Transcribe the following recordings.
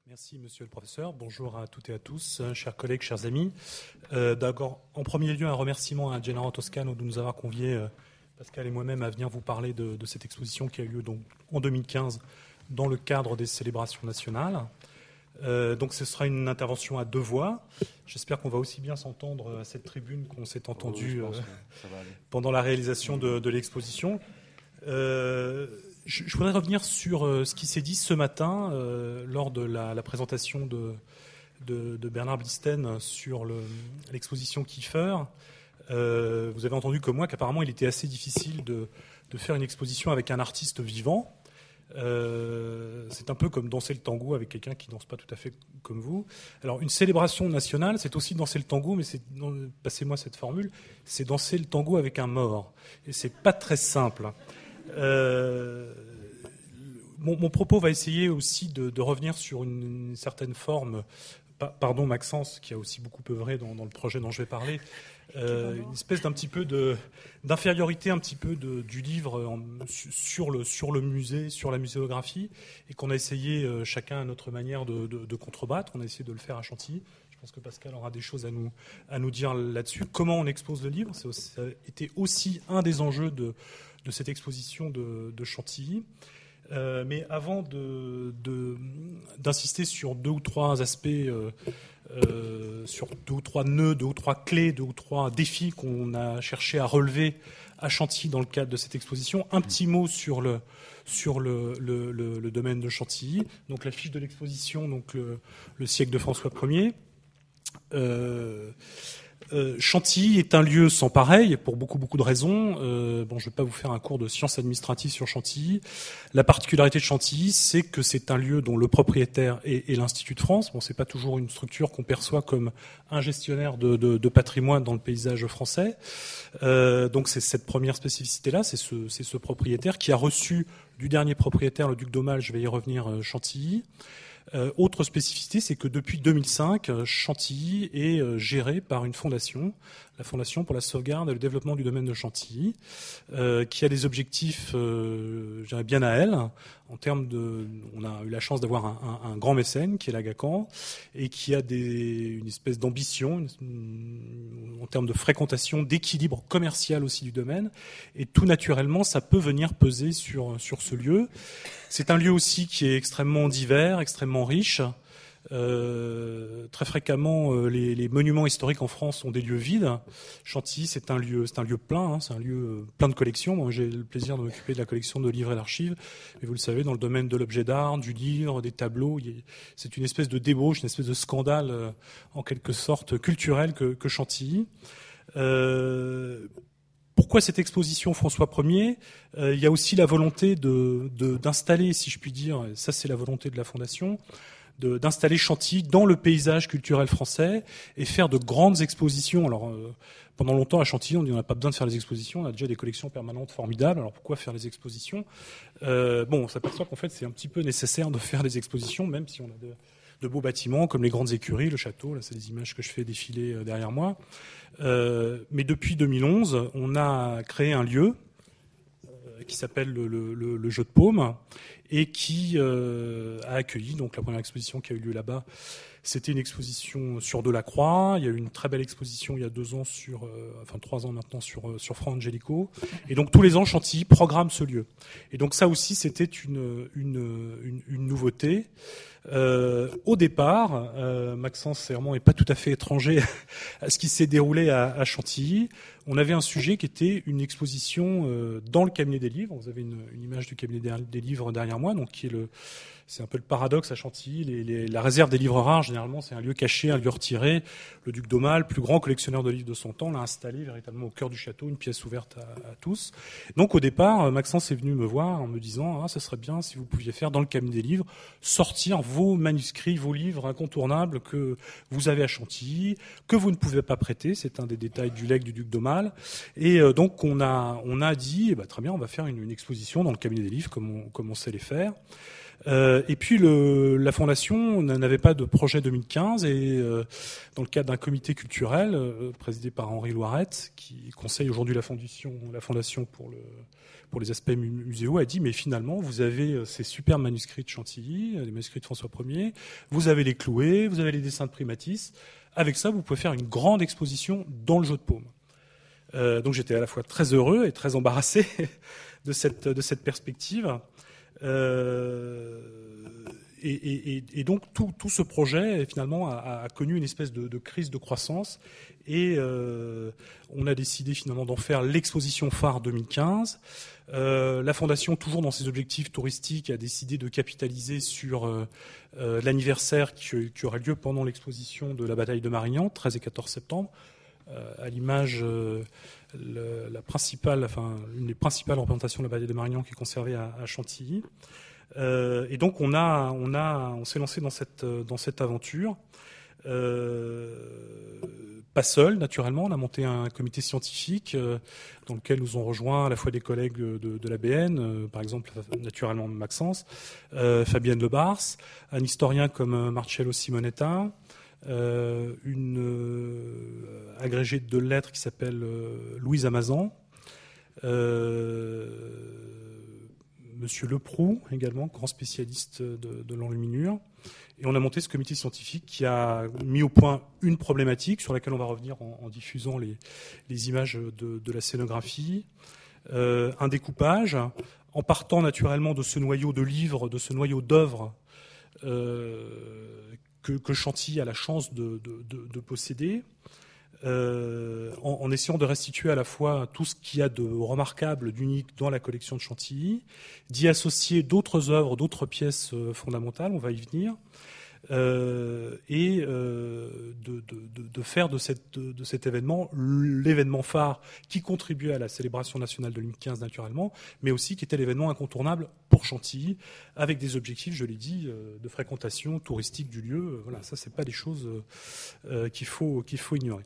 Merci, monsieur le professeur. Bonjour à toutes et à tous, chers collègues, chers amis. D'abord, en premier lieu, un remerciement à Gennaro Toscano de nous avoir conviés, Pascal et moi-même, à venir vous parler de cette exposition qui a eu lieu donc, en 2015 dans le cadre des célébrations nationales. Donc ce sera une intervention à deux voix. J'espère qu'on va aussi bien s'entendre à cette tribune qu'on s'est entendu pendant la réalisation de l'exposition. Je voudrais revenir sur ce qui s'est dit ce matin lors de la présentation de Bernard Blisten sur l'exposition Kiefer. Vous avez entendu comme moi qu'apparemment il était assez difficile de faire une exposition avec un artiste vivant. C'est un peu comme danser le tango avec quelqu'un qui ne danse pas tout à fait comme vous. Alors une célébration nationale, c'est aussi danser le tango, mais passez-moi cette formule, c'est danser le tango avec un mort. Et c'est pas très simple. Mon propos va essayer aussi de revenir sur une certaine forme. Pardon Maxence, qui a aussi beaucoup œuvré dans le projet dont je vais parler. Une espèce d'un petit peu d'infériorité un petit peu du livre sur le musée, sur la muséographie, et qu'on a essayé chacun à notre manière de contrebattre. On a essayé de le faire à Chantilly. Je pense que Pascal aura des choses à nous dire là-dessus. Comment on expose le livre, ça a été aussi un des enjeux de cette exposition de Chantilly. Mais avant d'insister sur deux ou trois aspects, sur deux ou trois nœuds, deux ou trois clés, deux ou trois défis qu'on a cherché à relever à Chantilly dans le cadre de cette exposition, un petit mot sur le domaine de Chantilly. Donc la fiche de l'exposition, donc le siècle de François Ier. Chantilly est un lieu sans pareil pour beaucoup de raisons. Je ne vais pas vous faire un cours de sciences administratives sur Chantilly. La particularité de Chantilly, c'est que c'est un lieu dont le propriétaire est l'Institut de France. Bon, c'est pas toujours une structure qu'on perçoit comme un gestionnaire de patrimoine dans le paysage français. Donc c'est cette première spécificité-là, c'est ce propriétaire qui a reçu du dernier propriétaire, le duc d'Aumale, je vais y revenir, Chantilly. Autre spécificité, c'est que depuis 2005, Chantilly est géré par une fondation, la Fondation pour la sauvegarde et le développement du domaine de Chantilly, qui a des objectifs, je dirais bien à elle, en termes on a eu la chance d'avoir un grand mécène qui est l'Agacan, et qui a une espèce d'ambition en termes de fréquentation, d'équilibre commercial aussi du domaine, et tout naturellement, ça peut venir peser sur ce lieu. C'est un lieu aussi qui est extrêmement divers, extrêmement riche. Très fréquemment, les monuments historiques en France sont des lieux vides. Chantilly, c'est un lieu plein, c'est un lieu plein de collections. Moi, j'ai le plaisir de m'occuper de la collection de livres et d'archives. Et vous le savez, dans le domaine de l'objet d'art, du livre, des tableaux, c'est une espèce de débauche, une espèce de scandale, en quelque sorte, culturel que Chantilly. Pourquoi cette exposition François Ier ? Il y a aussi la volonté d'installer, si je puis dire, et ça c'est la volonté de la Fondation, d'installer Chantilly dans le paysage culturel français et faire de grandes expositions. Alors, pendant longtemps à Chantilly, on dit on n'a pas besoin de faire les expositions, on a déjà des collections permanentes formidables, alors pourquoi faire les expositions ? On s'aperçoit qu'en fait c'est un petit peu nécessaire de faire des expositions, même si on a de beaux bâtiments comme les grandes écuries, le château, là c'est les images que je fais défiler derrière moi. Mais depuis 2011, on a créé un lieu qui s'appelle le Jeu de Paume et qui a accueilli donc la première exposition qui a eu lieu là-bas. C'était une exposition sur Delacroix. Il y a eu une très belle exposition il y a 2 ans 3 ans maintenant sur Fra Angelico. Et donc tous les ans, Chantilly programme ce lieu. Et donc ça aussi, c'était une nouveauté. Au départ, Maxence Serment n'est pas tout à fait étranger à ce qui s'est déroulé à Chantilly. On avait un sujet qui était une exposition dans le cabinet des livres. Vous avez une image du cabinet des livres derrière moi, donc c'est un peu le paradoxe à Chantilly. La réserve des livres rares, généralement, c'est un lieu caché, un lieu retiré. Le duc d'Aumale, plus grand collectionneur de livres de son temps, l'a installé véritablement au cœur du château, une pièce ouverte à tous. Donc au départ, Maxence est venu me voir en me disant « ça serait bien si vous pouviez faire dans le cabinet des livres, sortir vos manuscrits, vos livres incontournables que vous avez à Chantilly, que vous ne pouvez pas prêter. » C'est un des détails du legs du duc d'Aumale. Et donc on a dit très bien, on va faire une exposition dans le cabinet des livres comme on sait les faire. Et puis la Fondation n'avait pas de projet 2015 et dans le cadre d'un comité culturel présidé par Henri Loirette, qui conseille aujourd'hui la Fondation pour les aspects muséaux, a dit mais finalement vous avez ces superbes manuscrits de Chantilly, les manuscrits de François Ier, vous avez les Clouet, vous avez les dessins de Primatis. Avec ça, vous pouvez faire une grande exposition dans le jeu de paume. Donc j'étais à la fois très heureux et très embarrassé de cette perspective. Et donc tout ce projet finalement a connu une espèce de crise de croissance et on a décidé finalement d'en faire l'exposition phare 2015. La Fondation, toujours dans ses objectifs touristiques, a décidé de capitaliser sur l'anniversaire qui aura lieu pendant l'exposition de la bataille de Marignan, 13 et 14 septembre. À l'image, une des principales représentations de la bataille de Marignan qui est conservée à Chantilly. Et donc on s'est lancé dans cette aventure. Pas seul, naturellement, on a monté un comité scientifique dans lequel nous ont rejoint à la fois des collègues de l'ABN, par exemple naturellement Maxence, Fabienne Lebars, un historien comme Marcello Simonetta, une agrégée de lettres qui s'appelle Louise Amazan, Monsieur Leproux également, grand spécialiste de l'enluminure. Et on a monté ce comité scientifique qui a mis au point une problématique sur laquelle on va revenir en diffusant les images de la scénographie, un découpage, en partant naturellement de ce noyau de livres, de ce noyau d'œuvres que Chantilly a la chance de posséder, en essayant de restituer à la fois tout ce qu'il y a de remarquable, d'unique dans la collection de Chantilly, d'y associer d'autres œuvres, d'autres pièces fondamentales, on va y venir, et de faire de cet événement l'événement phare qui contribuait à la célébration nationale de 2015 naturellement, mais aussi qui était l'événement incontournable pour Chantilly, avec des objectifs, je l'ai dit, de fréquentation touristique du lieu. Voilà, ça c'est pas des choses qu'il faut ignorer.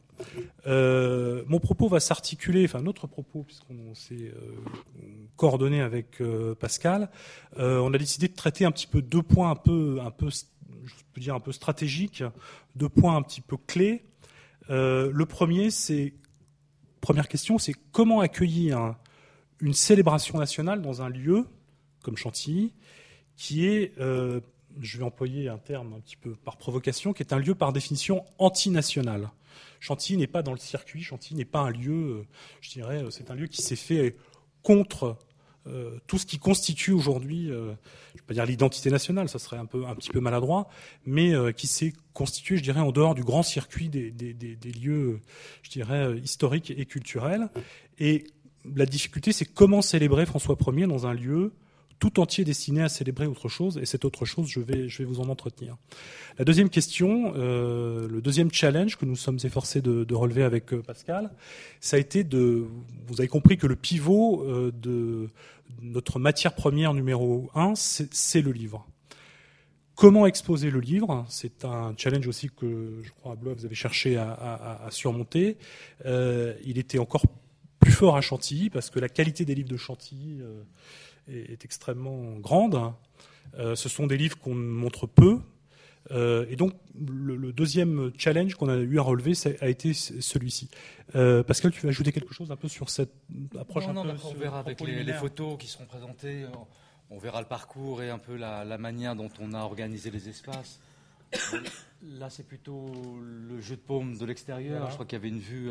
Mon propos va s'articuler, enfin notre propos, puisqu'on s'est coordonné avec Pascal, on a décidé de traiter un petit peu deux points un peu je peux dire un peu stratégiques, deux points un petit peu clés. Le premier, première question, c'est comment accueillir une célébration nationale dans un lieu comme Chantilly, qui est, je vais employer un terme un petit peu par provocation, qui est un lieu par définition antinational. Chantilly n'est pas dans le circuit, Chantilly n'est pas un lieu, je dirais, c'est un lieu qui s'est fait contre tout ce qui constitue aujourd'hui, je ne vais pas dire l'identité nationale, ça serait un petit peu maladroit, mais qui s'est constitué, je dirais, en dehors du grand circuit des lieux, je dirais, historiques et culturels. Et la difficulté, c'est comment célébrer François Ier dans un lieu tout entier destiné à célébrer autre chose, et cette autre chose, je vais vous en entretenir. La deuxième question, le deuxième challenge que nous sommes efforcés de relever avec Pascal, ça a été vous avez compris que le pivot de notre matière première numéro 1, c'est le livre. Comment exposer le livre ? C'est un challenge aussi que, je crois, à Blois, vous avez cherché à surmonter. Il était encore plus fort à Chantilly, parce que la qualité des livres de Chantilly est extrêmement grande. Ce sont des livres qu'on montre peu. Et donc, le deuxième challenge qu'on a eu à relever a été celui-ci. Pascal, tu veux ajouter quelque chose un peu sur cette approche? Non, on verra avec les photos qui seront présentées. On verra le parcours et un peu la manière dont on a organisé les espaces. Là, c'est plutôt le jeu de paume de l'extérieur. Voilà. Je crois qu'il y avait une vue...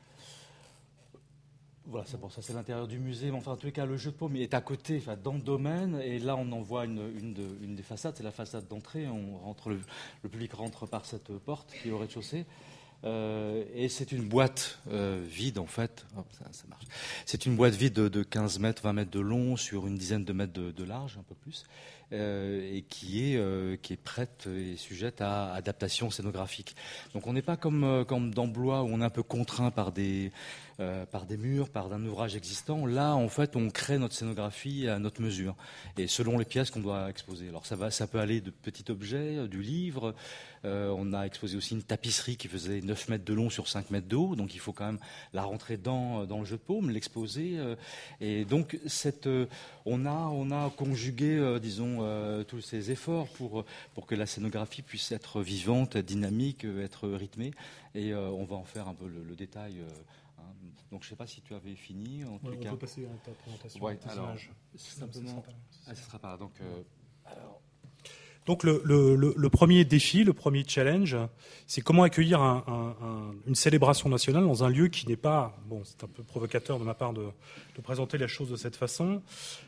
Voilà, c'est bon, ça c'est l'intérieur du musée, mais enfin en tous les cas le jeu de paume est à côté, enfin, dans le domaine, et là on en voit une des façades, c'est la façade d'entrée, le public rentre par cette porte qui est au rez-de-chaussée, et c'est une boîte vide en fait, ça marche. C'est une boîte vide de 15 mètres, 20 mètres de long, sur une dizaine de mètres de large, un peu plus, et qui est prête et sujette à adaptation scénographique. Donc on n'est pas comme dans Blois où on est un peu contraint par des murs, par un ouvrage existant. Là, en fait, on crée notre scénographie à notre mesure et selon les pièces qu'on doit exposer. Alors ça peut aller de petits objets, du livre. On a exposé aussi une tapisserie qui faisait 9 mètres de long sur 5 mètres de haut, donc il faut quand même la rentrer dans le jeu de paume, l'exposer. Et donc on a conjugué, disons, tous ces efforts pour que la scénographie puisse être vivante, dynamique, être rythmée. Et on va en faire un peu le détail. Donc je ne sais pas si tu avais fini. En tout cas. On peut passer à ta présentation. Ouais, alors, images. Simplement. Ce sera pas. Donc le premier défi, le premier challenge, c'est comment accueillir une célébration nationale dans un lieu qui n'est pas... Bon, c'est un peu provocateur de ma part de présenter la chose de cette façon.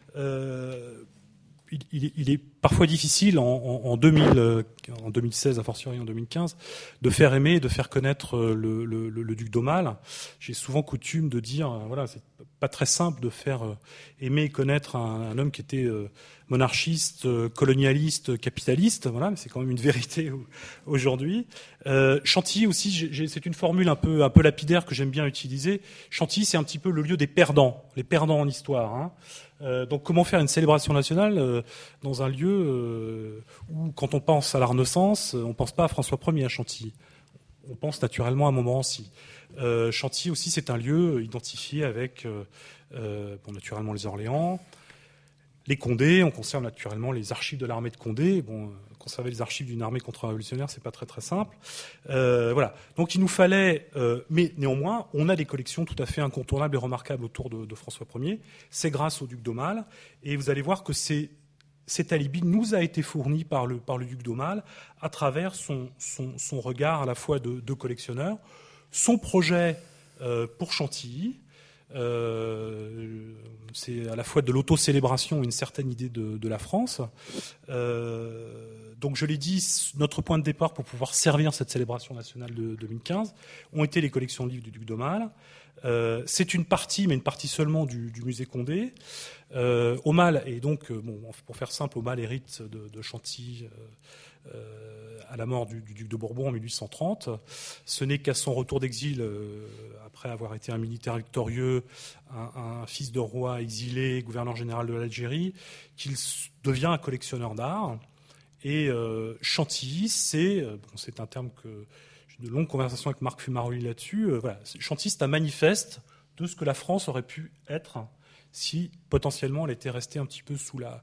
Il est parfois difficile en 2016, a fortiori en 2015, de faire aimer et de faire connaître le duc d'Aumale. J'ai souvent coutume de dire, voilà, c'est pas très simple de faire aimer et connaître un homme qui était monarchiste, colonialiste, capitaliste. Voilà, mais c'est quand même une vérité aujourd'hui. Chantilly aussi, c'est une formule un peu lapidaire que j'aime bien utiliser. Chantilly, c'est un petit peu le lieu des perdants, les perdants en histoire. Hein. Donc comment faire une célébration nationale dans un lieu où, quand on pense à la Renaissance, on ne pense pas à François Ier à Chantilly. On pense naturellement à Montmorency. Chantilly aussi, c'est un lieu identifié avec naturellement les Orléans, les Condés. On conserve naturellement les archives de l'armée de Condé. Bon, conserver les archives d'une armée contre-révolutionnaire, c'est pas très très simple. Voilà. Donc il nous fallait, mais néanmoins, on a des collections tout à fait incontournables et remarquables autour de François Ier. C'est grâce au duc d'Aumale, et vous allez voir que cet alibi nous a été fourni par le duc d'Aumale à travers son regard à la fois de collectionneur, son projet pour Chantilly. C'est à la fois de l'autocélébration et une certaine idée de la France. Donc je l'ai dit, notre point de départ pour pouvoir servir cette célébration nationale de 2015 ont été les collections de livres du duc d'Aumale. C'est une partie, mais une partie seulement du musée Condé. Aumale, et donc, pour faire simple, Aumale hérite de Chantilly à la mort du duc de Bourbon en 1830. Ce n'est qu'à son retour d'exil, après avoir été un militaire victorieux, un fils de roi exilé, gouverneur général de l'Algérie, qu'il devient un collectionneur d'art. Et Chantilly, c'est un terme que j'ai eu de longues conversations avec Marc Fumaroli là-dessus. Voilà, Chantilly, c'est un manifeste de ce que la France aurait pu être si potentiellement elle était restée un petit peu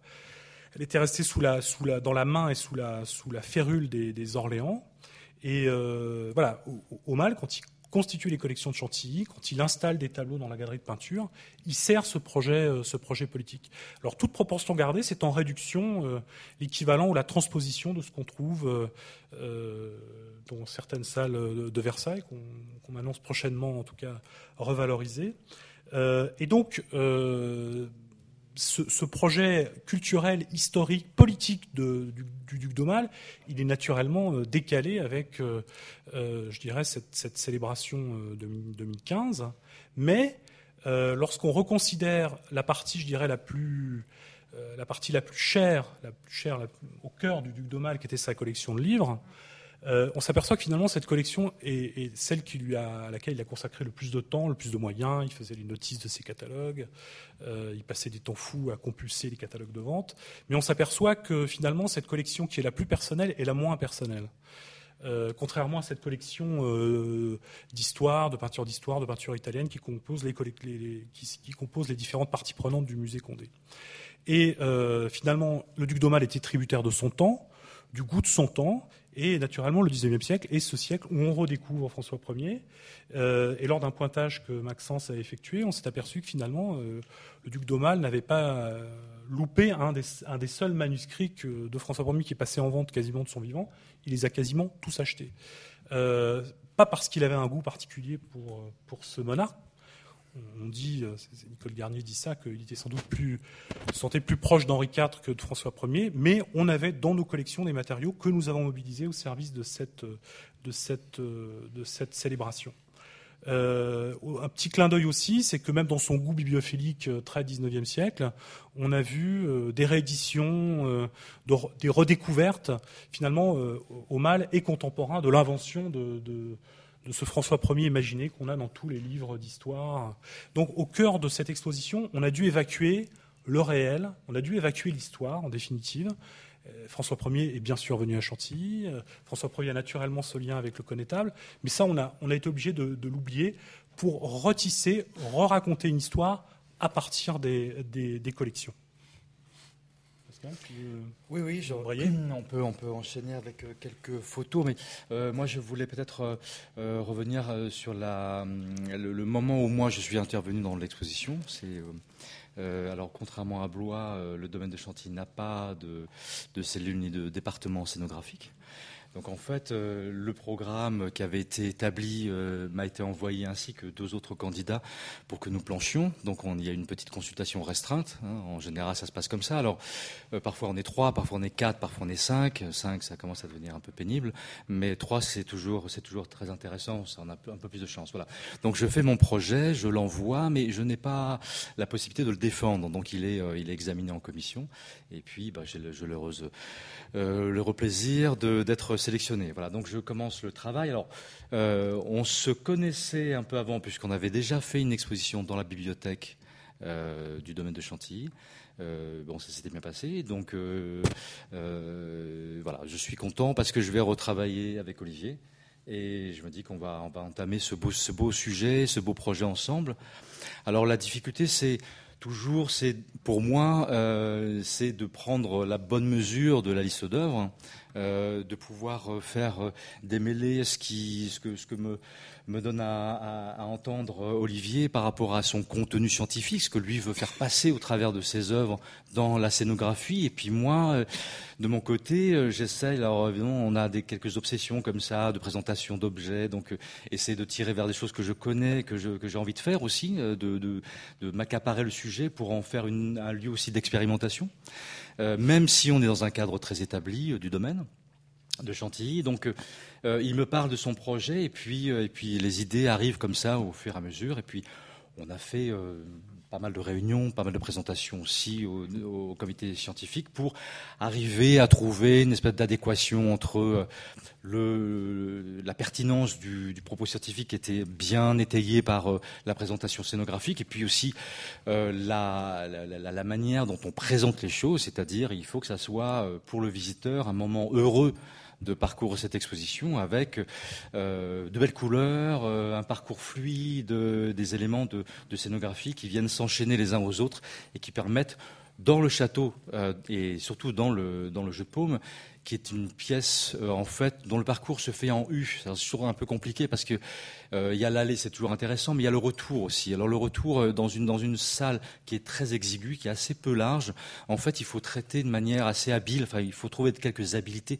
dans la main et sous la férule des Orléans. Et voilà, Aumale, quand il constitue les collections de Chantilly, quand il installe des tableaux dans la galerie de peinture, il sert ce projet politique. Alors, toute proportion gardée, c'est en réduction l'équivalent ou la transposition de ce qu'on trouve dans certaines salles de Versailles, qu'on m'annonce prochainement, en tout cas, revalorisées. Et donc, ce projet culturel, historique, politique du duc d'Aumale, il est naturellement décalé avec, je dirais, cette célébration 2015. Mais lorsqu'on reconsidère la partie, je dirais, la partie la plus chère au cœur du duc d'Aumale, qui était sa collection de livres, on s'aperçoit que finalement cette collection est celle à laquelle il a consacré le plus de temps, le plus de moyens. Il faisait les notices de ses catalogues, il passait des temps fous à compulser les catalogues de vente. Mais on s'aperçoit que finalement cette collection qui est la plus personnelle est la moins personnelle. Contrairement à cette collection d'histoire, de peinture italienne qui compose les différentes parties prenantes du musée Condé. Et finalement, le duc d'Aumale était tributaire de son temps, du goût de son temps, et naturellement le XIXe siècle est ce siècle où on redécouvre François Ier. Et lors d'un pointage que Maxence a effectué, on s'est aperçu que finalement le duc d'Aumale n'avait pas loupé un des seuls manuscrits de François Ier qui est passé en vente quasiment de son vivant. Il les a quasiment tous achetés. Pas parce qu'il avait un goût particulier pour ce monarque. On dit, Nicole Garnier dit ça, qu'il était sans doute se sentait plus proche d'Henri IV que de François Ier, mais on avait dans nos collections des matériaux que nous avons mobilisés au service de cette célébration. Un petit clin d'œil aussi, c'est que même dans son goût bibliophilique très 19e siècle, on a vu des rééditions, des redécouvertes. Finalement, Aumale est contemporain de l'invention de ce François Ier imaginé qu'on a dans tous les livres d'histoire. Donc au cœur de cette exposition, on a dû évacuer le réel, on a dû évacuer l'histoire en définitive. François Ier est bien sûr venu à Chantilly, François Ier a naturellement ce lien avec le connétable, mais ça on a été obligé de l'oublier pour retisser, re-raconter une histoire à partir des collections. Oui, on peut enchaîner avec quelques photos, mais moi je voulais peut-être revenir sur le moment où moi je suis intervenu dans l'exposition. Alors contrairement à Blois, le domaine de Chantilly n'a pas de cellule ni de département scénographique. Donc en fait, le programme qui avait été établi m'a été envoyé ainsi que 2 autres candidats pour que nous planchions. Donc il y a une petite consultation restreinte. En général, ça se passe comme ça. Alors parfois on est 3, parfois on est 4, parfois on est 5. 5, ça commence à devenir un peu pénible. Mais 3, c'est toujours très intéressant. Ça, on a un peu plus de chance. Voilà. Donc je fais mon projet, je l'envoie, mais je n'ai pas la possibilité de le défendre. Donc il est examiné en commission. Et puis j'ai l'heureux plaisir d'être sélectionné. Voilà, donc je commence le travail. Alors, on se connaissait un peu avant, puisqu'on avait déjà fait une exposition dans la bibliothèque du domaine de Chantilly. Ça s'était bien passé. Donc, voilà, je suis content parce que je vais retravailler avec Olivier. Et je me dis qu'on va entamer ce beau sujet, ce beau projet ensemble. Alors, la difficulté, c'est pour moi, c'est de prendre la bonne mesure de la liste d'œuvres, de pouvoir faire démêler ce que me donne à entendre Olivier par rapport à son contenu scientifique, ce que lui veut faire passer au travers de ses œuvres dans la scénographie. Et puis moi, de mon côté, j'essaie. Alors évidemment, on a quelques obsessions comme ça, de présentation d'objets, donc essayer de tirer vers des choses que je connais, que j'ai envie de faire aussi, de m'accaparer le sujet pour en faire un lieu aussi d'expérimentation, même si on est dans un cadre très établi du domaine de Chantilly. Donc il me parle de son projet et puis les idées arrivent comme ça au fur et à mesure. Et puis on a fait pas mal de réunions, pas mal de présentations aussi au comité scientifique pour arriver à trouver une espèce d'adéquation entre la pertinence du propos scientifique qui était bien étayé par la présentation scénographique et puis aussi la manière dont on présente les choses, c'est-à-dire il faut que ça soit pour le visiteur un moment heureux de parcourir cette exposition avec de belles couleurs, un parcours fluide, des éléments de scénographie qui viennent s'enchaîner les uns aux autres et qui permettent dans le château et surtout dans le jeu de paume, qui est une pièce en fait dont le parcours se fait en U. C'est toujours un peu compliqué parce que il y a l'aller, c'est toujours intéressant, mais il y a le retour aussi. Alors le retour dans une salle qui est très exiguë, qui est assez peu large, en fait il faut traiter de manière assez habile. Enfin il faut trouver quelques habiletés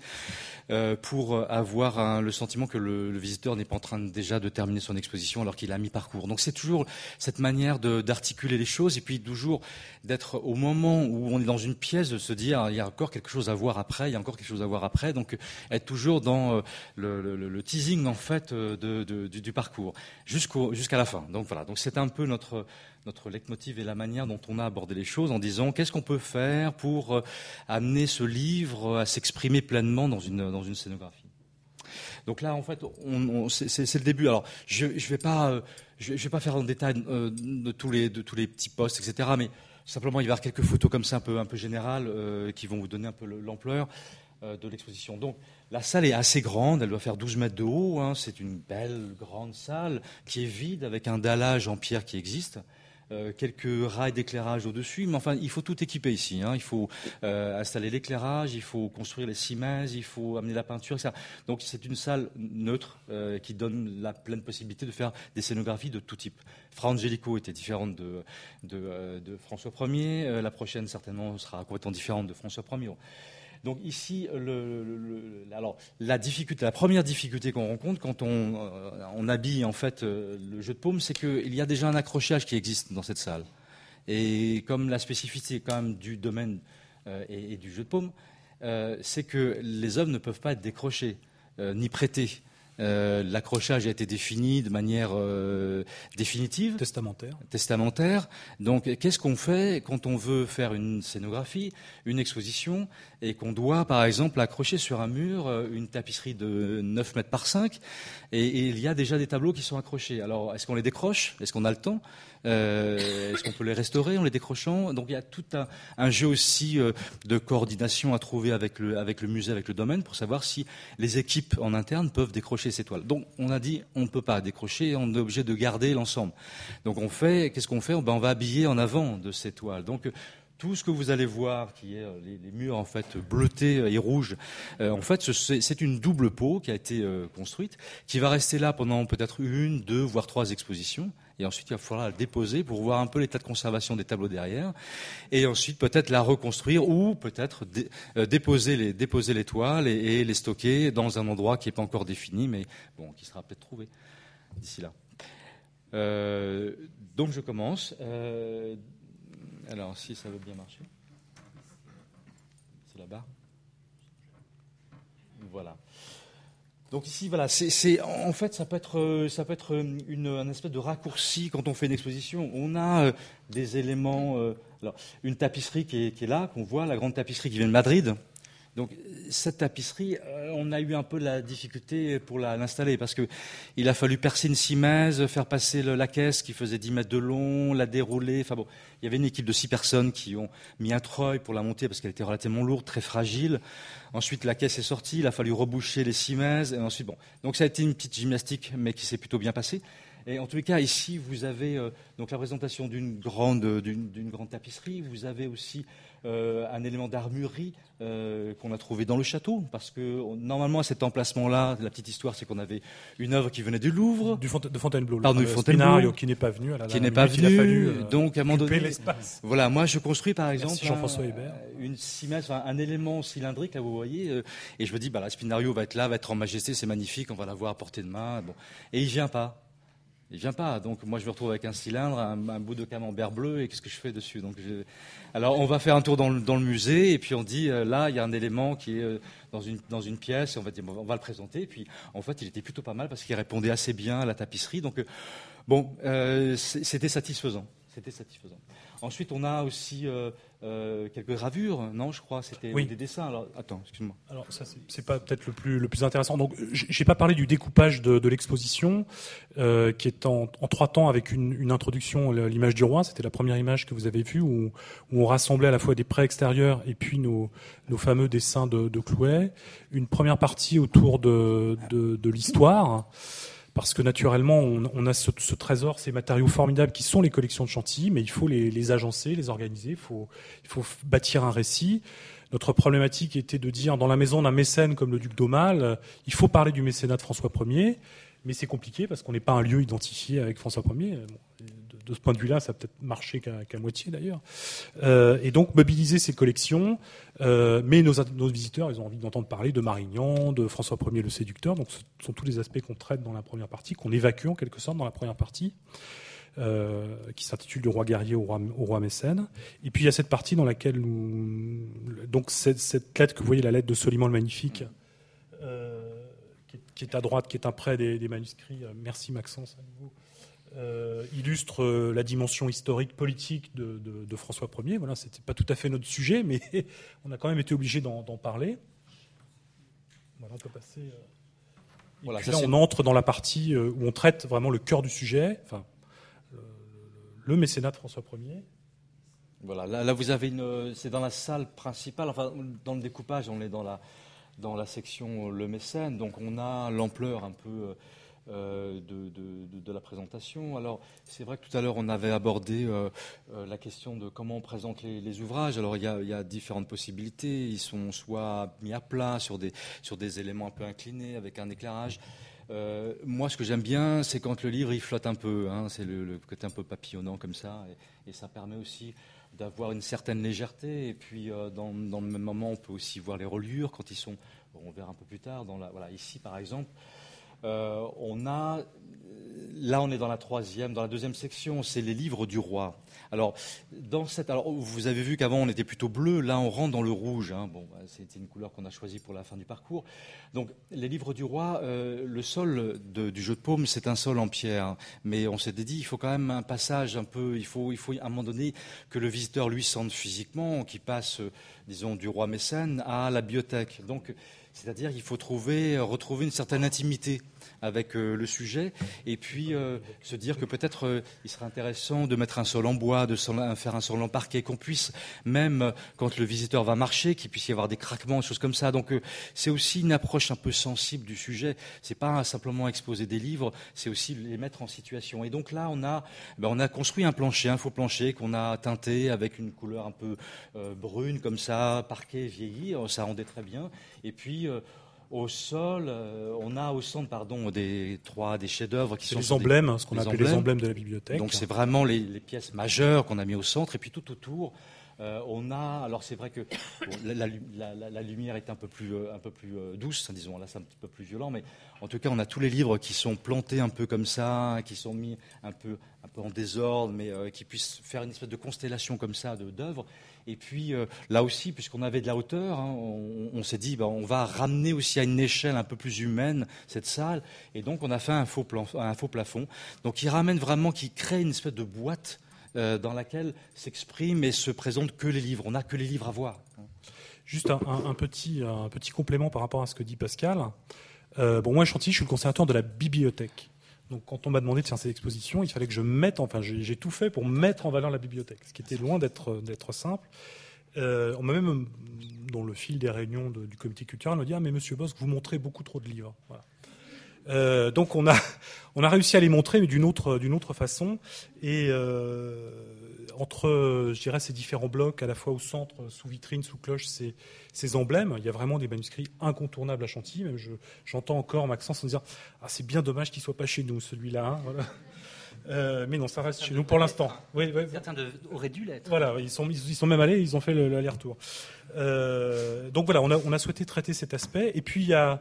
pour avoir le sentiment que le visiteur n'est pas en train déjà de terminer son exposition alors qu'il a mi-parcours. Donc c'est toujours cette manière d'articuler les choses et puis toujours d'être au moment où on est dans une pièce de se dire il y a encore quelque chose à voir après, il y a encore quelque chose à voir après. Donc être toujours dans le teasing en fait du parcours jusqu'à la fin. Donc voilà. Donc c'est un peu notre leitmotiv et la manière dont on a abordé les choses en disant qu'est-ce qu'on peut faire pour amener ce livre à s'exprimer pleinement dans une scénographie. Donc là, en fait, c'est le début. Alors, je vais pas faire en détail de tous les petits postes, etc. Mais simplement, il va y avoir quelques photos comme ça, un peu générales, qui vont vous donner un peu l'ampleur de l'exposition. Donc, la salle est assez grande, elle doit faire 12 mètres de haut. C'est une belle grande salle qui est vide avec un dallage en pierre qui existe. Quelques rails d'éclairage au-dessus, mais enfin, il faut tout équiper ici. Il faut installer l'éclairage, il faut construire les cimaises, il faut amener la peinture, etc. Donc, c'est une salle neutre qui donne la pleine possibilité de faire des scénographies de tout type. Fra Angelico était différente de François Ier. La prochaine, certainement, sera complètement différente de François Ier. Donc ici, alors la première difficulté qu'on rencontre quand on habille en fait le jeu de paume, c'est qu'il y a déjà un accrochage qui existe dans cette salle. Et comme la spécificité quand même du domaine et du jeu de paume, c'est que les œuvres ne peuvent pas être décrochées ni prêtées. L'accrochage a été défini de manière définitive, testamentaire. Donc, qu'est-ce qu'on fait quand on veut faire une scénographie, une exposition, et qu'on doit, par exemple, accrocher sur un mur une tapisserie de 9 mètres par 5, et il y a déjà des tableaux qui sont accrochés. Alors, est-ce qu'on les décroche ? Est-ce qu'on a le temps ? Est-ce qu'on peut les restaurer en les décrochant ? Donc il y a tout un jeu aussi de coordination à trouver avec le musée, avec le domaine, pour savoir si les équipes en interne peuvent décrocher ces toiles. Donc on a dit on ne peut pas décrocher, on est obligé de garder l'ensemble. Donc qu'est-ce qu'on fait ? On va habiller en avant de ces toiles. Donc tout ce que vous allez voir, qui est les murs en fait bleutés et rouges, en fait, c'est une double peau qui a été construite, qui va rester là pendant peut-être 1, 2, voire 3 expositions. Et ensuite, il va falloir la déposer pour voir un peu l'état de conservation des tableaux derrière. Et ensuite, peut-être la reconstruire ou peut-être déposer les toiles et les stocker dans un endroit qui n'est pas encore défini, mais bon, qui sera peut-être trouvé d'ici là. Donc, je commence. Alors, si ça veut bien marcher. C'est là-bas. Voilà. Donc ici, voilà, en fait, ça peut être un espèce de raccourci quand on fait une exposition. On a des éléments, alors, une tapisserie qui est là, qu'on voit, la grande tapisserie qui vient de Madrid. Donc cette tapisserie, on a eu un peu la difficulté pour l'installer parce que il a fallu percer une simèse, faire passer la caisse qui faisait 10 mètres de long, la dérouler. Enfin bon, il y avait une équipe de 6 personnes qui ont mis un treuil pour la monter parce qu'elle était relativement lourde, très fragile. Ensuite, la caisse est sortie, il a fallu reboucher les simèses. Et ensuite, bon, donc ça a été une petite gymnastique, mais qui s'est plutôt bien passée. Et en tous les cas, ici, vous avez donc la présentation d'une grande tapisserie. Vous avez aussi un élément d'armurerie qu'on a trouvé dans le château, parce que normalement à cet emplacement-là, la petite histoire, c'est qu'on avait une œuvre qui venait du Louvre, de Fontainebleau, Spinario qui n'est pas venu. Qui n'est pas venu. Donc à un moment donné, l'espace. Voilà, moi je construis par exemple Jean-François Hébert. Une simèse, un élément cylindrique là, vous voyez, et je me dis, bah, la Spinario va être là, va être en majesté, c'est magnifique, on va la voir à portée de main. Bon. Et il vient pas. Il vient pas, donc moi je me retrouve avec un cylindre, un bout de camembert bleu, et qu'est-ce que je fais dessus? Alors on va faire un tour dans le musée, et puis on dit là il y a un élément qui est dans une pièce, et on va dire on va le présenter, et puis en fait il était plutôt pas mal parce qu'il répondait assez bien à la tapisserie, donc c'était satisfaisant. Ensuite, on a aussi quelques gravures, non, je crois, c'était des dessins. Alors, attends, excuse-moi. Alors, ça, c'est pas peut-être le plus intéressant. Donc, j'ai pas parlé du découpage de l'exposition, qui est en 3 temps avec une introduction, l'image du roi. C'était la première image que vous avez vue, où on rassemblait à la fois des prêts extérieurs et puis nos fameux dessins de Clouet. Une première partie autour de l'histoire. Parce que naturellement, on a ce trésor, ces matériaux formidables qui sont les collections de Chantilly, mais il faut les agencer, les organiser, il faut bâtir un récit. Notre problématique était de dire, dans la maison d'un mécène comme le duc d'Aumale, il faut parler du mécénat de François Ier, mais c'est compliqué parce qu'on n'est pas un lieu identifié avec François Ier. Bon, de ce point de vue-là, ça a peut-être marché qu'à moitié d'ailleurs. Et donc mobiliser ces collections, mais nos visiteurs, ils ont envie d'entendre parler de Marignan, de François Ier le séducteur. Donc ce sont tous les aspects qu'on traite dans la première partie, qu'on évacue en quelque sorte dans la première partie, qui s'intitule du roi guerrier au roi mécène. Et puis il y a cette partie dans laquelle donc cette lettre que vous voyez, la lettre de Soliman le Magnifique, qui est à droite, qui est un prêt des manuscrits. Merci Maxence à nouveau. Illustre la dimension historique politique de François Ier. Voilà, c'était pas tout à fait notre sujet, mais on a quand même été obligé d'en parler. Voilà, on peut passer. Voilà, puis là, on entre dans la partie où on traite vraiment le cœur du sujet, enfin le mécénat de François Ier. Voilà, là vous avez c'est dans la salle principale. Enfin, dans le découpage, on est dans la section le mécène, donc on a l'ampleur un peu. De la présentation. Alors, c'est vrai que tout à l'heure, on avait abordé la question de comment on présente les ouvrages. Alors, il y a différentes possibilités. Ils sont soit mis à plat sur des éléments un peu inclinés, avec un éclairage. Moi, ce que j'aime bien, c'est quand le livre, il flotte un peu. Hein, c'est le côté un peu papillonnant comme ça. Et ça permet aussi d'avoir une certaine légèreté. Et puis, dans le même moment, on peut aussi voir les reliures quand ils sont... Bon, on verra un peu plus tard. Voilà, ici, par exemple... Là, on est dans la deuxième section, c'est les livres du roi. Alors, vous avez vu qu'avant on était plutôt bleu, là on rentre dans le rouge. Hein. Bon, c'était une couleur qu'on a choisie pour la fin du parcours. Donc, les livres du roi, le sol du jeu de paume, c'est un sol en pierre. Mais on s'est dit, il faut quand même un passage un peu. Il faut à un moment donné que le visiteur lui sente physiquement, qu'il passe, disons, du roi mécène à la bibliothèque. Donc, c'est-à-dire qu'il faut retrouver une certaine intimité. avec le sujet, et puis se dire que peut-être il serait intéressant de mettre un sol en bois, faire un sol en parquet, qu'on puisse, même quand le visiteur va marcher, qu'il puisse y avoir des craquements, des choses comme ça. Donc c'est aussi une approche un peu sensible du sujet. C'est pas simplement exposer des livres, c'est aussi les mettre en situation. Et donc là, on a construit un plancher, un faux plancher qu'on a teinté avec une couleur un peu brune comme ça, parquet vieilli, ça rendait très bien. Et puis au sol, on a au centre, des chefs-d'œuvre qui sont les emblèmes, ce qu'on appelle les emblèmes de la bibliothèque. Donc c'est vraiment les pièces majeures qu'on a mis au centre, et puis tout autour. On a, alors c'est vrai que la lumière est un peu plus douce, disons, là c'est un petit peu plus violent, mais en tout cas on a tous les livres qui sont plantés un peu comme ça, qui sont mis un peu en désordre, mais qui puissent faire une espèce de constellation comme ça d'œuvres. Et puis là aussi, puisqu'on avait de la hauteur, on s'est dit on va ramener aussi à une échelle un peu plus humaine cette salle, et donc on a fait un faux plafond, donc qui crée une espèce de boîte dans laquelle s'expriment et se présentent que les livres. On n'a que les livres à voir. Juste un petit complément par rapport à ce que dit Pascal. Moi, à Chantilly, je suis le conservateur de la bibliothèque. Donc, quand on m'a demandé de faire cette exposition, il fallait que j'ai tout fait pour mettre en valeur la bibliothèque, ce qui était loin d'être simple. On m'a même, dans le fil des réunions du comité culturel, on m'a dit « Ah, mais monsieur Bosc, vous montrez beaucoup trop de livres. » Voilà. Donc on a réussi à les montrer, mais d'une autre façon. Et entre, je dirais, ces différents blocs, à la fois au centre, sous vitrine, sous cloche, ces emblèmes, il y a vraiment des manuscrits incontournables à Chantilly. Même j'entends encore Maxence en disant « Ah, c'est bien dommage qu'il soit pas chez nous, celui-là. Hein, voilà. » Mais non, ça reste chez nous pour l'instant. Oui. Certains auraient dû l'être. Voilà, ils sont même allés, ils ont fait l'aller-retour. Donc voilà, on a souhaité traiter cet aspect. Et puis il y a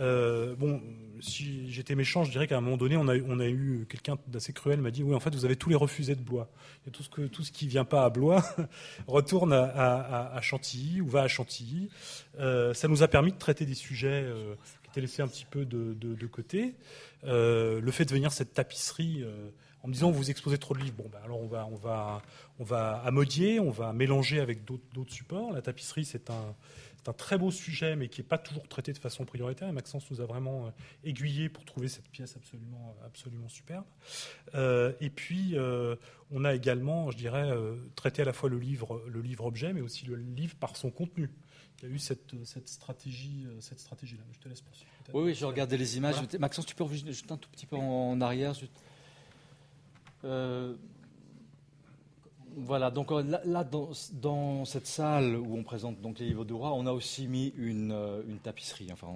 si j'étais méchant, je dirais qu'à un moment donné, on a eu quelqu'un d'assez cruel m'a dit oui, en fait, vous avez tous les refusés de Blois. Et tout ce qui vient pas à Blois retourne à Chantilly ou va à Chantilly. Ça nous a permis de traiter des sujets qui étaient laissés un petit peu de côté. Le fait de venir cette tapisserie en me disant vous exposez trop de livres, alors on va amodier, on va mélanger avec d'autres supports. La tapisserie, c'est un très beau sujet, mais qui n'est pas toujours traité de façon prioritaire. Et Maxence nous a vraiment aiguillé pour trouver cette pièce absolument superbe. Et puis, on a également, je dirais, traité à la fois le livre objet, mais aussi le livre par son contenu. Il y a eu cette stratégie-là. Je te laisse poursuivre. Oui, je regardais les images. Voilà. Maxence, tu peux revenir juste un tout petit peu en arrière. Voilà, donc là, dans cette salle où on présente donc les livres du roi, on a aussi mis une tapisserie. Enfin,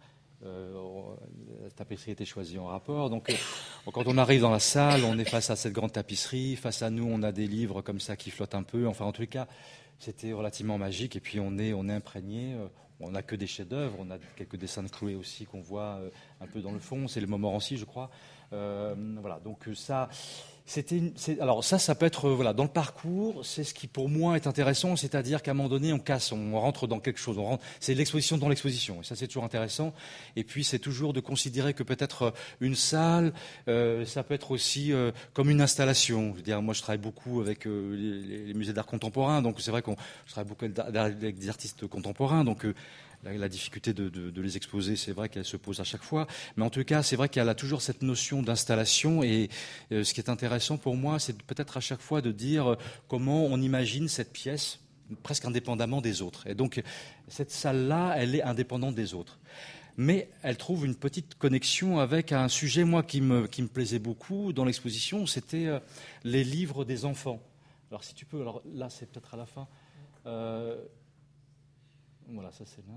la tapisserie a été choisie en rapport. Donc, quand on arrive dans la salle, on est face à cette grande tapisserie. Face à nous, on a des livres comme ça qui flottent un peu. Enfin, en tous les cas, c'était relativement magique. Et puis, on est imprégné. On n'a que des chefs-d'œuvre. On a quelques dessins de Chloé aussi qu'on voit un peu dans le fond. C'est le Montmorency, je crois. Voilà, donc ça... Alors ça peut être dans le parcours, c'est ce qui pour moi est intéressant, c'est-à-dire qu'à un moment donné on rentre dans quelque chose, c'est l'exposition dans l'exposition, et ça c'est toujours intéressant. Et puis c'est toujours de considérer que peut-être une salle, ça peut être aussi comme une installation. Je veux dire, moi je travaille beaucoup avec les musées d'art contemporain, donc c'est vrai je travaille beaucoup avec des artistes contemporains, donc la difficulté de les exposer, c'est vrai qu'elle se pose à chaque fois. Mais en tout cas, c'est vrai qu'elle a toujours cette notion d'installation. Et ce qui est intéressant pour moi, c'est peut-être à chaque fois de dire comment on imagine cette pièce presque indépendamment des autres. Et donc, cette salle-là, elle est indépendante des autres. Mais elle trouve une petite connexion avec un sujet, moi, qui me plaisait beaucoup dans l'exposition, c'était les livres des enfants. Alors, si tu peux, alors là, c'est peut-être à la fin. Voilà, ça c'est là.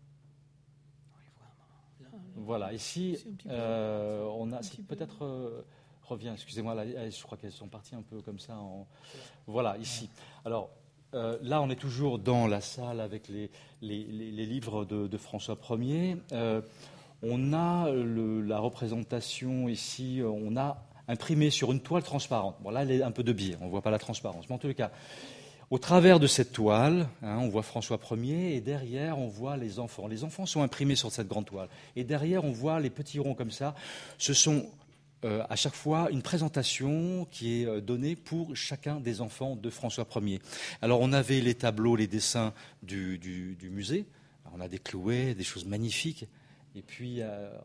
Voilà, ici, on a peut-être reviens, excusez-moi, là, je crois qu'elles sont parties un peu comme ça. Voilà, ici. Alors là, on est toujours dans la salle avec les livres de François Ier. On a la représentation ici. On a imprimé sur une toile transparente. Bon, là, elle est un peu de biais. On ne voit pas la transparence, mais en tous les cas. Au travers de cette toile, on voit François Ier, et derrière, on voit les enfants. Les enfants sont imprimés sur cette grande toile. Et derrière, on voit les petits ronds comme ça. Ce sont à chaque fois une présentation qui est donnée pour chacun des enfants de François Ier. Alors, on avait les tableaux, les dessins du musée. Alors, on a des Chloé, des choses magnifiques. Et puis,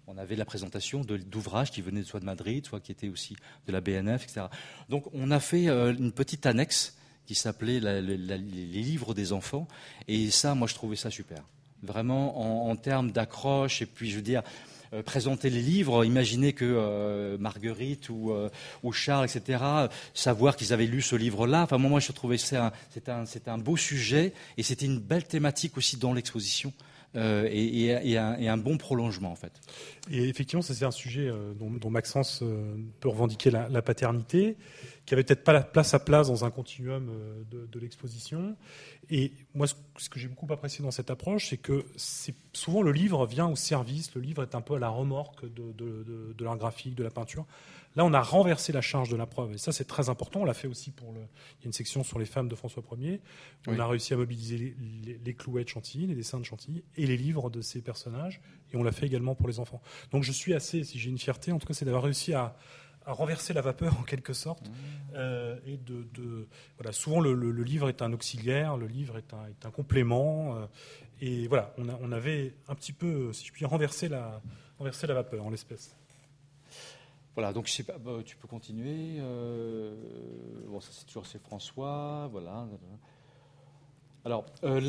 on avait la présentation d'ouvrages qui venaient soit de Madrid, soit qui étaient aussi de la BNF, etc. Donc on a fait une petite annexe qui s'appelait les livres des enfants. Et ça, moi, je trouvais ça super. Vraiment, en termes d'accroche, et puis, je veux dire, présenter les livres, imaginer que Marguerite ou Charles, etc., savoir qu'ils avaient lu ce livre-là. Enfin, moi, je trouvais que c'était un beau sujet, et c'était une belle thématique aussi dans l'exposition. Et un bon prolongement, en fait. Et effectivement, ça c'est un sujet dont Maxence peut revendiquer la paternité, qui avait peut-être pas la place à place dans un continuum de l'exposition. Et moi, ce que j'ai beaucoup apprécié dans cette approche, c'est que souvent le livre vient au service, le livre est un peu à la remorque de l'art graphique, de la peinture. Là, on a renversé la charge de la preuve. Et ça, c'est très important. On l'a fait aussi il y a une section sur les femmes de François Ier. Où on a réussi à mobiliser les clouets de Chantilly, les dessins de Chantilly, et les livres de ces personnages. Et on l'a fait également pour les enfants. Donc, je suis si j'ai une fierté, en tout cas, c'est d'avoir réussi à renverser la vapeur, en quelque sorte. Et voilà, souvent, le livre est un auxiliaire, le livre est un complément. Et voilà, on avait un petit peu, si je puis dire, renversé la vapeur, en l'espèce. Voilà, donc je sais pas, tu peux continuer. Bon, ça c'est toujours chez François, voilà. Alors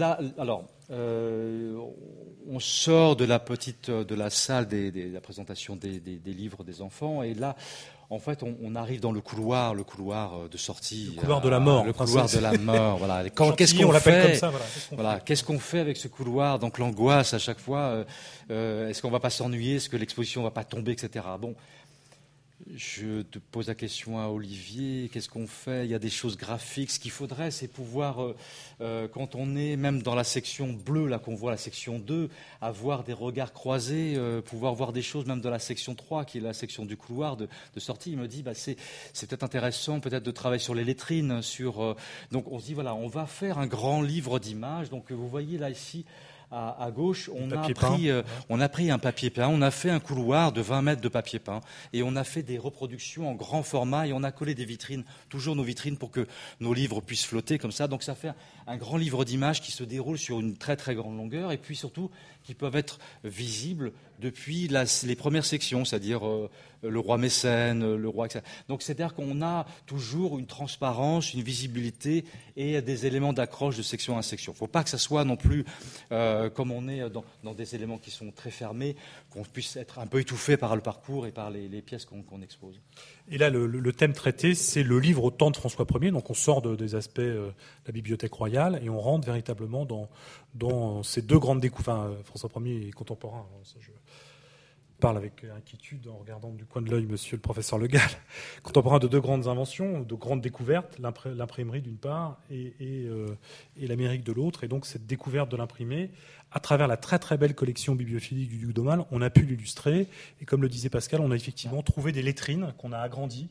on sort de la salle de la présentation des livres des enfants, et là, en fait, on arrive dans le couloir de sortie. Le couloir de la mort. Le couloir de la mort, voilà. Qu'est-ce qu'on fait comme ça, voilà. Qu'est-ce qu'on fait avec ce couloir? Donc l'angoisse à chaque fois. Est-ce qu'on va pas s'ennuyer? Est-ce que l'exposition va pas tomber, etc. Bon. Je te pose la question à Olivier, qu'est-ce qu'on fait? Il y a des choses graphiques. Ce qu'il faudrait, c'est pouvoir, quand on est même dans la section bleue, là qu'on voit la section 2, avoir des regards croisés, pouvoir voir des choses même dans la section 3, qui est la section du couloir de sortie. Il me dit, c'est peut-être intéressant peut-être de travailler sur les lettrines. Donc on se dit, voilà, on va faire un grand livre d'images. Donc vous voyez là ici, à gauche, on a pris un papier peint, on a fait un couloir de 20 mètres de papier peint, et on a fait des reproductions en grand format, et on a collé des vitrines, toujours nos vitrines, pour que nos livres puissent flotter comme ça. Donc ça fait un grand livre d'images qui se déroule sur une très très grande longueur, et puis surtout qui peuvent être visibles depuis les premières sections, c'est-à-dire le roi Mécène, le roi, etc. Donc c'est-à-dire qu'on a toujours une transparence, une visibilité et des éléments d'accroche de section à section. Il ne faut pas que ça soit non plus, comme on est dans des éléments qui sont très fermés, qu'on puisse être un peu étouffé par le parcours et par les pièces qu'on expose. Et là, le thème traité, c'est le livre au temps de François Ier. Donc on sort des aspects de la Bibliothèque royale et on rentre véritablement dans ces deux grandes découvertes. Enfin, François Ier est contemporain. Ça, je parle avec inquiétude en regardant du coin de l'œil monsieur le professeur Le Gall. Contemporain de deux grandes inventions, de grandes découvertes, l'imprimerie d'une part et l'Amérique de l'autre. Et donc cette découverte de l'imprimé, à travers la très très belle collection bibliophilique du Duc d'Aumale, on a pu l'illustrer. Et comme le disait Pascal, on a effectivement trouvé des lettrines qu'on a agrandies.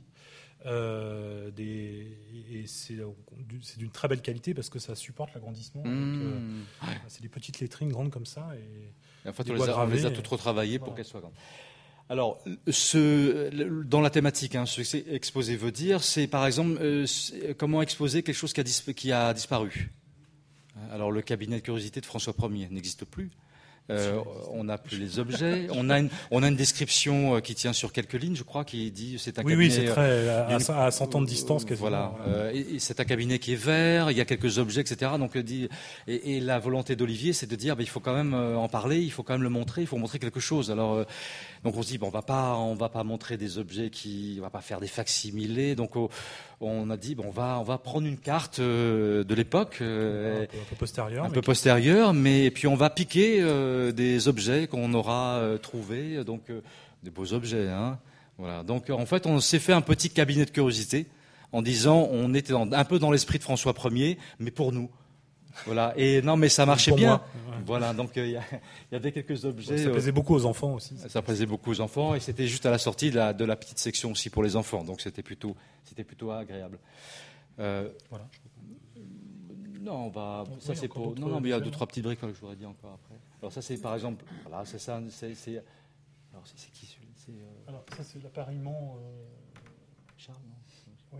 Et c'est d'une très belle qualité parce que ça supporte l'agrandissement. C'est des petites lettrines grandes comme ça. Et en fait, on les a toutes retravaillées pour qu'elles soient grandes. Alors, dans la thématique, ce que c'est exposer veut dire, c'est par exemple comment exposer quelque chose qui a disparu. Alors, le cabinet de curiosité de François Ier n'existe plus. On n'a plus les objets. On a une description qui tient sur quelques lignes, je crois, qui dit c'est un cabinet. Oui, c'est très à 100 ans de distance quasiment. Voilà. Et c'est un cabinet qui est vert. Il y a quelques objets, etc. Donc et la volonté d'Olivier, c'est de dire, il faut quand même en parler, il faut quand même le montrer, il faut montrer quelque chose. Alors donc on se dit, on va pas montrer des objets on va pas faire des facsimilés. Donc on a dit, on va prendre une carte de l'époque, un peu postérieure, mais puis on va piquer des objets qu'on aura trouvés, donc des beaux objets. Voilà. Donc en fait, on s'est fait un petit cabinet de curiosité en disant, on était un peu dans l'esprit de François Ier, mais pour nous. Voilà. Et non, mais ça marchait bien. Moi. Voilà. Donc il y avait quelques objets. Ça plaisait beaucoup aux enfants aussi. Ça plaisait beaucoup aux enfants, et c'était juste à la sortie de la petite section aussi pour les enfants. Donc c'était plutôt agréable. Voilà. Non, ça c'est pour. Non, mais il y a 2-3 petites briques que je voudrais dire encore après. Alors ça c'est par exemple, voilà, c'est ça. Alors c'est qui celui-là? Alors ça c'est l'appariement. Charles, non? Oui,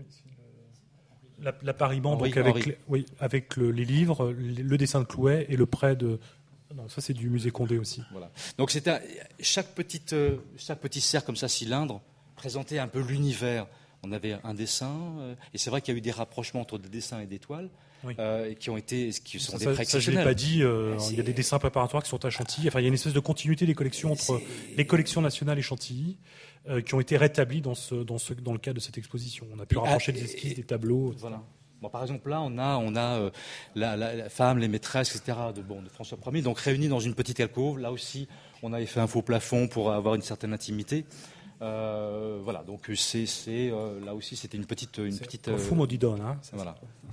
c'est l'appariement donc avec les livres, le dessin de Clouet et le prêt de Non, ça c'est du musée Condé aussi. Voilà. Donc chaque petit cercle comme ça, cylindre, présentait un peu l'univers. On avait un dessin, et c'est vrai qu'il y a eu des rapprochements entre des dessins et des toiles, Oui. qui sont des Ça, prêts je ne l'ai exceptionnels. pas dit. Il y a des dessins préparatoires qui sont à Chantilly. Enfin, il y a une espèce de continuité des collections entre les collections nationales et Chantilly, qui ont été rétablies dans le cadre de cette exposition. On a pu rapprocher des esquisses, des tableaux, etc. Voilà. Bon, par exemple, là, on a la femme, les maîtresses, etc. de François Ier, donc réunis dans une petite alcôve. Là aussi, on avait fait un faux plafond pour avoir une certaine intimité. Voilà, donc là aussi, c'était une petite. Fou maudidone, hein. Voilà.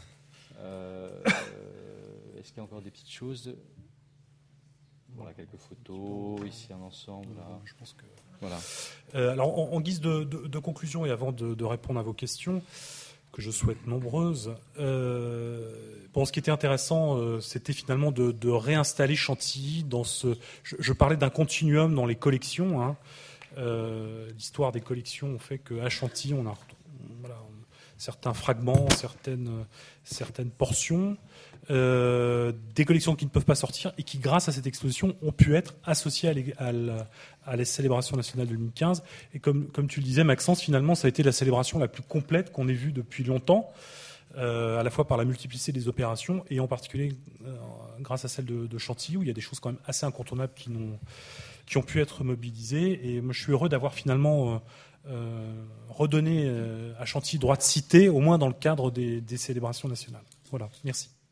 Est-ce qu'il y a encore des petites choses? Voilà, quelques photos, ici un ensemble. Là. Je pense que. Voilà. Alors, en guise de conclusion et avant de répondre à vos questions, que je souhaite nombreuses, ce qui était intéressant, c'était finalement de réinstaller Chantilly dans ce. Je parlais d'un continuum dans les collections. Hein. L'histoire des collections fait qu'à Chantilly, on a certains fragments, certaines portions, des collections qui ne peuvent pas sortir et qui, grâce à cette exposition, ont pu être associées à la célébration nationale de 2015. Et comme tu le disais, Maxence, finalement, ça a été la célébration la plus complète qu'on ait vue depuis longtemps, à la fois par la multiplicité des opérations et en particulier grâce à celle de Chantilly, où il y a des choses quand même assez incontournables qui ont pu être mobilisées. Et moi, je suis heureux d'avoir finalement redonné à Chantilly droit de cité, au moins dans le cadre des célébrations nationales. Voilà, merci.